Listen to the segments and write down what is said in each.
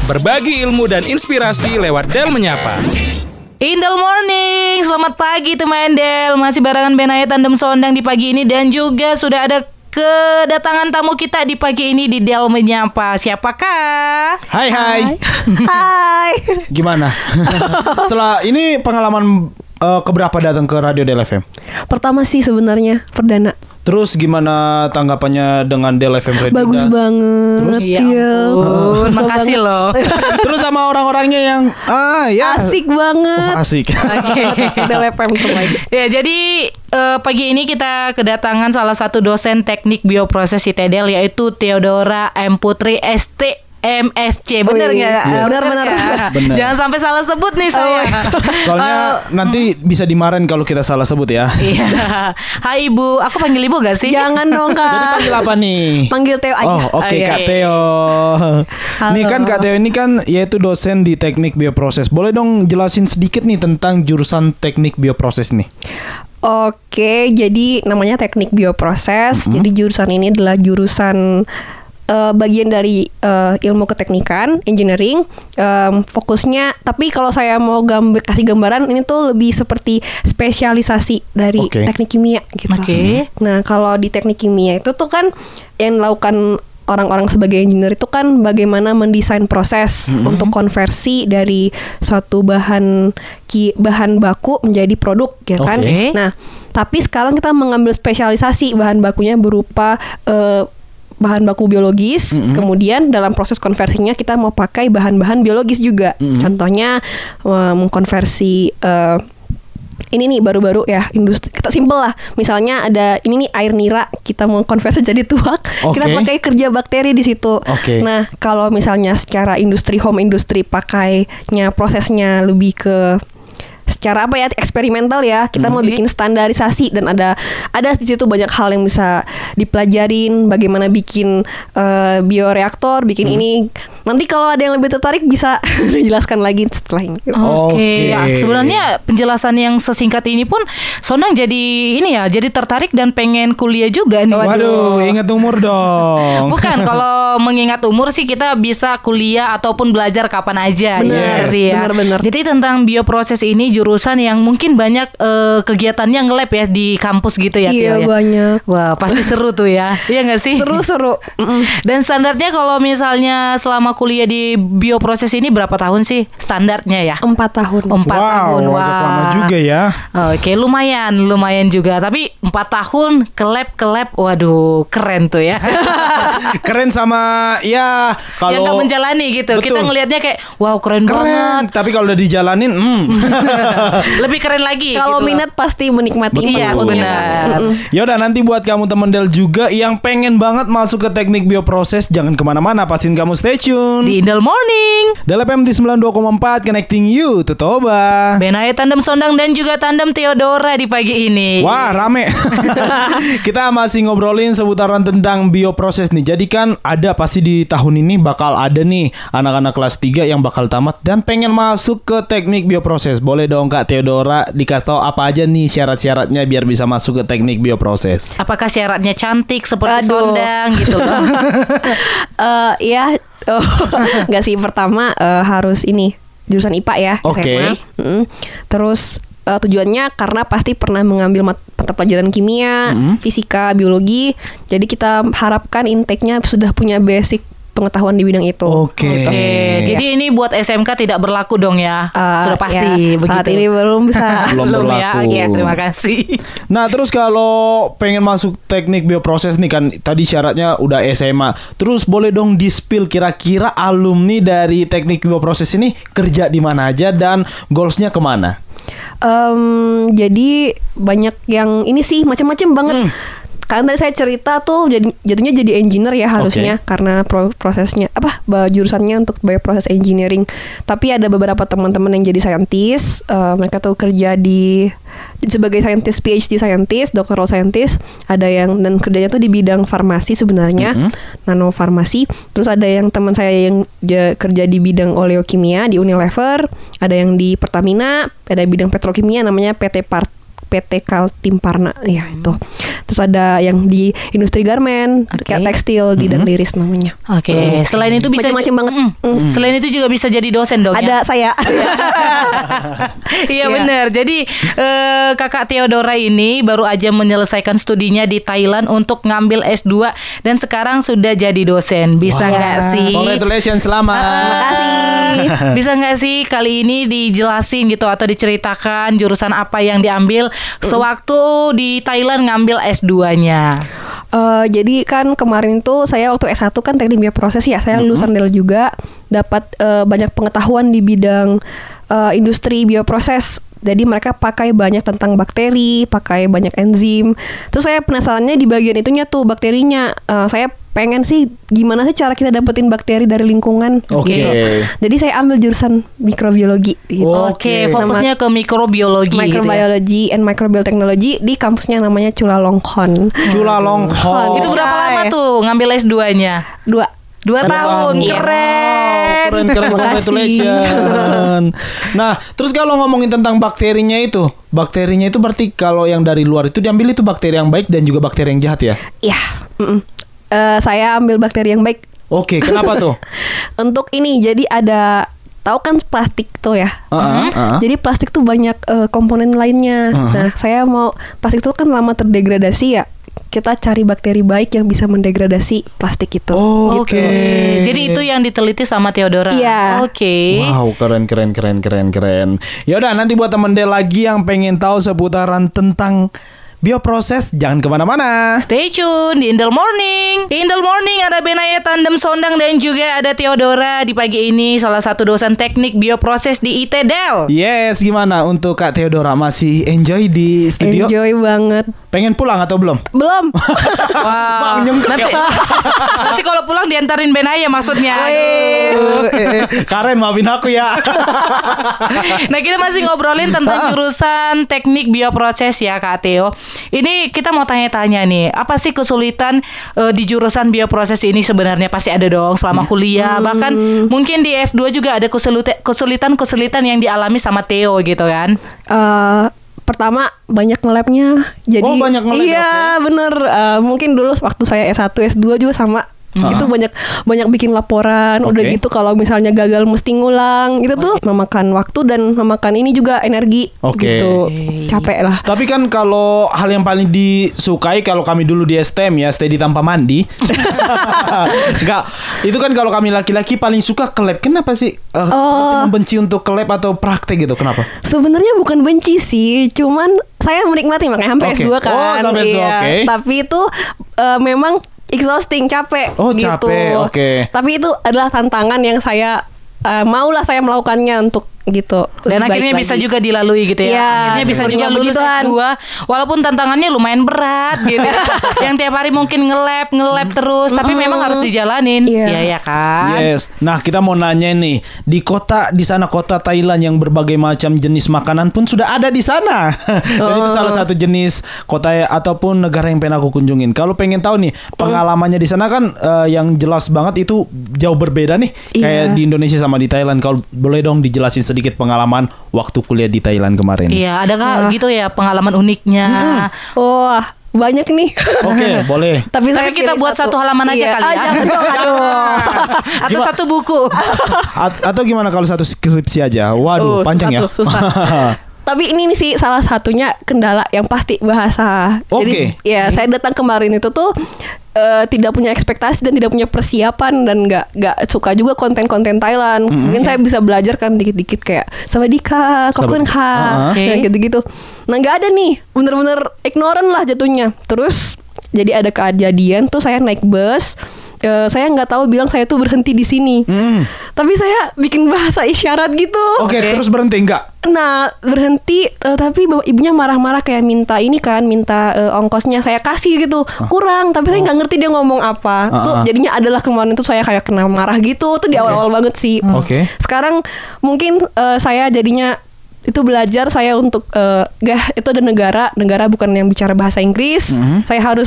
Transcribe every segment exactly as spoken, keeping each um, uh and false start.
Berbagi ilmu dan inspirasi lewat Del Menyapa. Indel Morning, selamat pagi teman Del. Masih barengan Benaya Tandem Sondang di pagi ini. Dan juga sudah ada kedatangan tamu kita di pagi ini di Del Menyapa. Siapakah? Hai hai. Hai. Gimana? Setelah ini pengalaman uh, keberapa datang ke Radio Del F M? Pertama sih sebenarnya, perdana. Terus gimana tanggapannya dengan Del F M Radio? Bagus banget. Terus? Ya ampun, makasih loh. Terus sama orang-orangnya yang ah ya Asik banget. Oh, asik. Oke. Del F M terbaik. Ya, jadi uh, pagi ini kita kedatangan salah satu dosen teknik bioproses I T D L, yaitu Theodora M. Putri S T M S C. Bener nggak? Yes. Benar-benar. Bener. Jangan sampai salah sebut nih saya. Soalnya Uh, nanti bisa dimarahin kalau kita salah sebut ya. Iya. Hai Ibu, aku panggil Ibu gak sih? Jangan dong Jadi Kak. panggil apa nih? Panggil Theo aja. Oh oke Oke. Kak Theo. Halo. Nih kan Kak Theo ini kan yaitu dosen di teknik bioproses. Boleh dong jelasin sedikit nih tentang jurusan teknik bioproses nih. Oke, jadi namanya teknik bioproses. Mm-hmm. Jadi jurusan ini adalah jurusan uh, bagian dari uh, ilmu keteknikan, engineering. Um, fokusnya, tapi kalau saya mau gambar, kasih gambaran, ini tuh lebih seperti spesialisasi dari Oke. teknik kimia gitu. Oke. Nah, kalau di teknik kimia itu tuh kan yang dilakukan orang-orang sebagai engineer itu kan bagaimana mendesain proses Mm-hmm. untuk konversi dari suatu bahan ki, bahan baku menjadi produk, ya kan? Oke. Nah, tapi sekarang kita mengambil spesialisasi, bahan bakunya berupa eh, bahan baku biologis. Mm-hmm. Kemudian dalam proses konversinya kita mau pakai bahan-bahan biologis juga. Mm-hmm. Contohnya eh, mengkonversi eh, ini nih baru-baru ya, industri kita simpel lah. Misalnya ada ini nih air nira, kita mau konversi jadi tuak, Oke. kita pakai kerja bakteri di situ. Oke. Nah, kalau misalnya secara industri, home industri, pakainya prosesnya lebih ke secara apa ya, eksperimental ya, kita mau Oke. bikin standarisasi, dan ada ada di situ banyak hal yang bisa dipelajarin, bagaimana bikin eh, bioreaktor, bikin ini. Nanti kalau ada yang lebih tertarik bisa dijelaskan lagi setelah ini. Oke, Oke. ya, sebenarnya penjelasan yang sesingkat ini pun Sondang jadi ini ya, jadi tertarik dan pengen kuliah juga nih. Waduh, ingat umur dong. Bukan, kalau mengingat umur sih kita bisa kuliah ataupun belajar kapan aja. Benar, ya sih ya. benar-benar. Jadi tentang bioproses ini jurusan yang mungkin banyak eh, kegiatannya nge-lab ya di kampus gitu ya. Tio, Iya, ya? banyak. Wah, pasti seru tuh ya. Iya nggak sih? Seru-seru. Mm-mm. Dan standarnya kalau misalnya selama kuliah di bioproses ini berapa tahun sih standarnya ya? Empat tahun. Empat Wow, tahun. agak Wah. lama juga ya. Oke, lumayan, lumayan juga. Tapi empat tahun ke lab ke lab, waduh, keren tuh ya. Keren sama ya kalau Yang gak menjalani gitu. Betul. Kita ngelihatnya kayak, wow, keren, keren. banget. Tapi kalau udah dijalanin, hmm. Lebih keren lagi. Kalau gitu. minat pasti menikmati. Iya, Betul. benar. Mm-mm. Ya udah, nanti buat kamu temen Del juga yang pengen banget masuk ke teknik bioproses, jangan kemana-mana, pastiin kamu stay tune Di Indel Morning. Del F M di sembilan puluh dua koma empat, connecting you to Toba. Benaya Tandem Sondang dan juga Tandem Theodora di pagi ini. Wah, rame. Kita masih ngobrolin seputaran tentang bioproses nih. Jadi kan ada pasti di tahun ini bakal ada nih anak-anak kelas tiga yang bakal tamat dan pengen masuk ke teknik bioproses. Boleh dong Kak Theodora dikasih tahu apa aja nih syarat-syaratnya biar bisa masuk ke teknik bioproses. Apakah syaratnya cantik seperti Aduh. Sondang gitu kan? Eh, ya, oh, nggak sih. Pertama eh, harus ini jurusan I P A ya. Oke. S M A. Mm-mm. Terus eh, tujuannya karena pasti pernah mengambil mat- mata pelajaran kimia, Mm. fisika, biologi. Jadi kita harapkan intake-nya sudah punya basic pengetahuan di bidang itu. Oke. Gitu. Oke, jadi ini buat S M K tidak berlaku dong ya? Eh, Sudah pasti ya, begitu. saat ini belum bisa. Belum ya. berlaku. Oke, terima kasih. Nah, terus kalau pengen masuk teknik bioproses nih kan tadi syaratnya udah S M A. Terus boleh dong di-spill kira-kira alumni dari teknik bioproses ini kerja di mana aja dan goalsnya kemana? Em, jadi banyak yang ini sih macam-macam banget. Hmm. Kan tadi saya cerita tuh jadi jatuhnya jadi engineer ya harusnya, karena pro- prosesnya apa ba- jurusannya untuk bioproses engineering. Tapi ada beberapa teman-teman yang jadi scientist, eh, mereka tuh kerja di sebagai scientist, P H D scientist, doctoral scientist. Ada yang dan kerjanya tuh di bidang farmasi sebenarnya, Mhm. nanofarmasi. Terus ada yang teman saya yang ja- kerja di bidang oleokimia di Unilever, ada yang di Pertamina, ada bidang petrokimia namanya P T Part P T Kaltimparna ya itu. Terus ada yang di industri garment, Oke. kayak tekstil di Dan Liris namanya. Oke. Selain itu bisa Macam-macam banget. Mm. Mm. Selain itu juga bisa jadi dosen dong ya. Ada saya. Iya Iya. benar. Jadi eh, Kakak Theodora ini baru aja menyelesaikan studinya di Thailand untuk ngambil S dua dan sekarang sudah jadi dosen. Bisa Wah. nggak sih? Congratulations, selamat. Terima kasih. Bisa nggak sih kali ini dijelasin gitu atau diceritakan jurusan apa yang diambil sewaktu di Thailand ngambil S dua-nya? Eh, jadi kan kemarin tuh saya waktu S satu kan teknik bioproses ya, saya lulusan Del juga, dapat eh, banyak pengetahuan di bidang eh, industri bioproses. Jadi mereka pakai banyak tentang bakteri, pakai banyak enzim. Terus saya penasarannya di bagian itunya tuh bakterinya. Eh, saya pengen sih gimana sih cara kita dapetin bakteri dari lingkungan Oke. gitu. Jadi saya ambil jurusan mikrobiologi gitu. Oh, Oke, Oke. fokusnya ke mikrobiologi gitu ya. Microbiology and Microbial Technology di kampusnya namanya Chulalongkorn. Chulalongkorn. Itu berapa Coy. lama tuh ngambil S dua-nya? Dua. Dua tahun, tahun. keren. Keren keren Terima kasih. congratulations. Nah, terus kalau ngomongin tentang bakterinya itu, bakterinya itu berarti kalau yang dari luar itu diambil itu bakteri yang baik dan juga bakteri yang jahat ya? Ya, mm-mm. Eh, saya ambil bakteri yang baik. Oke, kenapa tuh? Untuk ini jadi ada, tahu kan plastik tuh ya. Uh-uh, uh-uh. Jadi plastik tuh banyak eh, komponen lainnya. Uh-huh. Nah, saya mau plastik tuh kan lama terdegradasi ya. Kita cari bakteri baik yang bisa mendegradasi plastik itu. Oh, Oke. Oke. Jadi itu yang diteliti sama Theodora. Iya. Oke. Wow, keren keren keren keren keren. Ya udah, nanti buat temen Del lagi yang pengen tahu seputaran tentang bioproses, jangan kemana-mana. Stay tune di Indel Morning. Di Indel Morning ada Benaya Tandem Sondang dan juga ada Theodora di pagi ini, salah satu dosen teknik bioproses di I T Del. Yes, gimana untuk Kak Theodora, masih enjoy di studio? Enjoy banget. Pengen pulang atau belum? Belum. Wow. Bang, nyemkak Nanti, ya. nanti kalau pulang diantarin Benaya maksudnya. Aduh. Eh, eh, eh, Karen, maafin aku ya. Nah, kita masih ngobrolin tentang jurusan teknik bioproses ya Kak Theo. Ini kita mau tanya-tanya nih, apa sih kesulitan eh, di jurusan bioproses ini? Sebenarnya pasti ada dong selama kuliah. Bahkan mungkin di S dua juga ada kesulitan- kesulitan-kesulitan yang dialami sama Theo gitu kan. Eh, pertama banyak nge-labnya. Jadi Oh, banyak nge-lab, iya, bener. Eh, mungkin dulu waktu saya S satu, S dua juga sama. Itu banyak banyak bikin laporan. Udah Oke. gitu kalau misalnya gagal mesti ngulang. Itu tuh memakan waktu dan memakan ini juga energi Oke. gitu. Capek lah. Tapi kan kalau hal yang paling disukai kalau kami dulu di S T M ya, stay di tanpa mandi. Enggak. Itu kan kalau kami laki-laki paling suka ke lab. Kenapa sih? Eh, seperti membenci untuk ke lab atau praktek gitu. Kenapa? Sebenarnya bukan benci sih, cuman saya menikmati makanya sampai Oke. S dua kan. Oh, sampai S dua, Iya. oke. Tapi itu eh, memang exhausting, capek Oh, gitu. capek, oke. Tapi itu adalah tantangan yang saya eh, maulah saya melakukannya untuk gitu. Dan lebih akhirnya baik bisa lagi. juga dilalui gitu ya. Iya, Akhirnya bisa sepertinya juga lulus begituan. S dua walaupun tantangannya lumayan berat gitu. Yang tiap hari mungkin nge-lab, nge-lab terus, tapi memang harus dijalanin. Iya. Iya ya kan? Yes. Nah, kita mau nanya nih, di kota di sana kota Thailand yang berbagai macam jenis makanan pun sudah ada di sana. Dan itu salah satu jenis kota ya, ataupun negara yang pengen aku kunjungin. Kalau pengen tahu nih pengalamannya di sana kan eh, yang jelas banget itu jauh berbeda nih kayak Iya. di Indonesia sama di Thailand. Kalau boleh dong dijelasin sedikit pengalaman waktu kuliah di Thailand kemarin. Iya, adakah gitu ya pengalaman uniknya? Wah, banyak nih. Oke, boleh. Tapi, saya Tapi kita pilih buat satu halaman aja Iya. kali Ah, ya. jangan dong, aduh. Atau Gimana? satu buku. A- atau gimana kalau satu skripsi aja? Waduh, Uh, panjang ya. satu, susah. Tapi ini nih sih salah satunya kendala yang pasti bahasa. Jadi Oke. ya saya datang kemarin itu tuh eh, tidak punya ekspektasi dan tidak punya persiapan dan nggak nggak suka juga konten-konten Thailand. Mungkin saya bisa belajar kan dikit-dikit kayak sawadika, kokun Ah, ka, oke. nah, gitu-gitu. Nah nggak ada nih, bener-bener ignorant lah jatuhnya. Terus jadi ada kejadian tuh saya naik bus. Eh, saya nggak tahu bilang saya tuh berhenti di sini. Hmm. Tapi saya bikin bahasa isyarat gitu. Oke, terus berhenti enggak? Nah berhenti eh, tapi bapak ibunya marah-marah kayak minta ini kan minta eh, ongkosnya saya kasih gitu kurang tapi saya nggak ngerti dia ngomong apa Ah, tuh ah. jadinya adalah kemarin tuh saya kayak kena marah gitu tuh di awal-awal banget sih. Oke. Sekarang mungkin eh, saya jadinya itu belajar saya untuk eh, gak itu ada negara negara bukan yang bicara bahasa Inggris Mhm. saya harus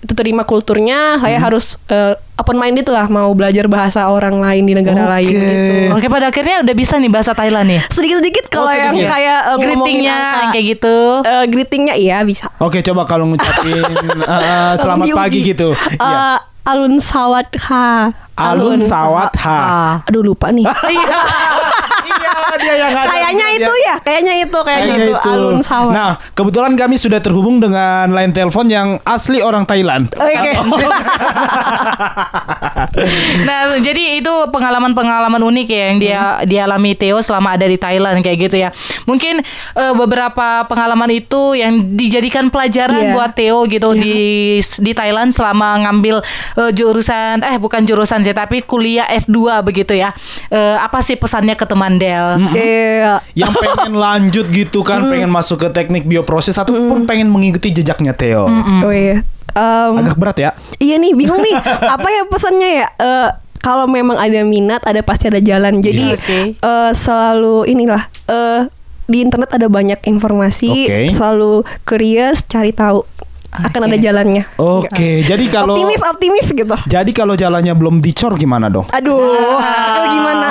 itu terima kulturnya, saya Hmm. harus uh, open minded lah, mau belajar bahasa orang lain di negara Oke. lain gitu. Oke, pada akhirnya udah bisa nih bahasa Thailand nih. Sedikit-sedikit kalau Oh, yang sedikit. kayak uh, ngomongin Greetingnya angka. kayak gitu. Uh, greetingnya iya bisa. Oke, coba kalau ngucapin uh, uh, selamat Langsung pagi diuji. gitu. Uh, Iya. Alun sawat ha. Alun sawat ha. Aduh lupa nih. Iya. Iya, dia yang ada. Kayaknya Dia- itu ya, kayaknya itu, kayaknya Kayaknya itu Alun sawat. Nah, kebetulan kami sudah terhubung dengan line telepon yang asli orang Thailand. Oke. Nah, jadi itu pengalaman-pengalaman unik ya yang dia dialami Theo selama ada di Thailand kayak gitu ya. Mungkin eh, beberapa pengalaman itu yang dijadikan pelajaran Iya. buat Theo gitu di di Thailand selama ngambil eh, jurusan eh bukan jurusan sih tapi kuliah S dua begitu ya. Eh, apa sih pesannya ke teman Del? Iya. Yang pengen lanjut gitu kan, pengen masuk ke teknik bioproses ataupun pengen mengikuti jejaknya Theo. Oh iya. Um, Agak berat ya. Iya nih, bingung nih. Apa ya pesannya ya? Eh, kalau memang ada minat, ada pasti ada jalan. Jadi Yes. Oke. eh, selalu inilah. eh, di internet ada banyak informasi. Oke. Selalu curious, cari tahu. Akan Oke. ada jalannya. Oke, jadi kalau Optimis, optimis gitu. jadi kalau jalannya belum dicor gimana dong? Aduh, itu gimana?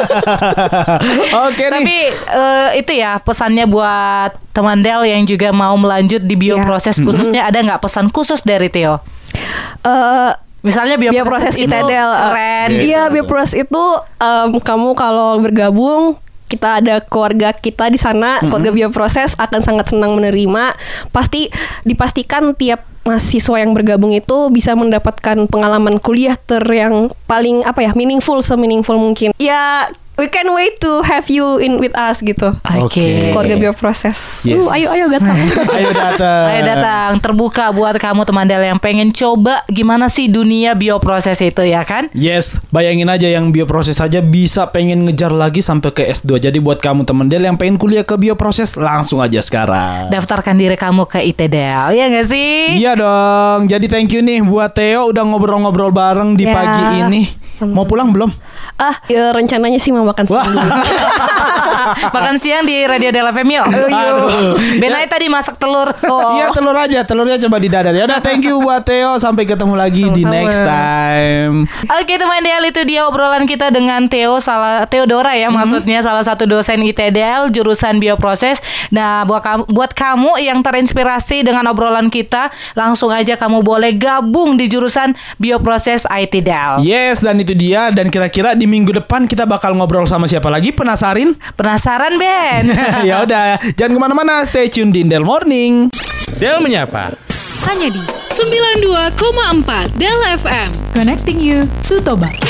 Oke nih. Tapi eh, itu ya pesannya buat teman Del yang juga mau melanjut di bioproses khususnya ada nggak pesan khusus dari Theo? Eh, Misalnya bioproses, bioproses itu I T D L eh, keren. Iya, Iya, betul. bioproses itu em, kamu kalau bergabung, kita ada keluarga kita di sana, keluarga bioproses akan sangat senang menerima. Pasti dipastikan tiap mahasiswa yang bergabung itu bisa mendapatkan pengalaman kuliah ter yang paling apa ya, meaningful, se-meaningful mungkin. Ya, we can wait to have you in with us gitu. Oke. Keluarga bioproses. Yes. Uh, ayo ayo datang. Ayo datang. Ayo datang, terbuka buat kamu teman Del yang pengen coba gimana sih dunia bioproses itu ya kan? Yes, bayangin aja yang bioproses saja bisa pengen ngejar lagi sampai ke S dua. Jadi buat kamu temen Del yang pengen kuliah ke bioproses, langsung aja sekarang. Daftarkan diri kamu ke I T D L, ya nggak sih? Iya dong. Jadi thank you nih buat Theo udah ngobrol-ngobrol bareng di Ya. pagi ini. Mau pulang belum? Ah, ya, rencananya sih mau makan Wah. siang dulu. Makan siang di Radio Del F M yuk. Aduh. Benai tadi masak telur. Iya telur aja, telurnya coba didadar. Ya udah, thank you buat Theo. Sampai ketemu lagi di Sama-sama. next time. Oke teman Del, itu dia obrolan kita dengan Theo salah Theodora ya maksudnya salah satu dosen I T D L jurusan bioproses. Nah buat kamu, buat kamu yang terinspirasi dengan obrolan kita, langsung aja kamu boleh gabung di jurusan bioproses I T D L. Yes, dan itu dia. Dan kira-kira di minggu depan kita bakal ngobrol sama siapa lagi? Penasarin? Penasaran Ben? Ya udah, jangan kemana-mana. Stay tune di Del Morning. Del Menyapa. Hanya di sembilan puluh dua koma empat Del F M. Connecting you to Toba.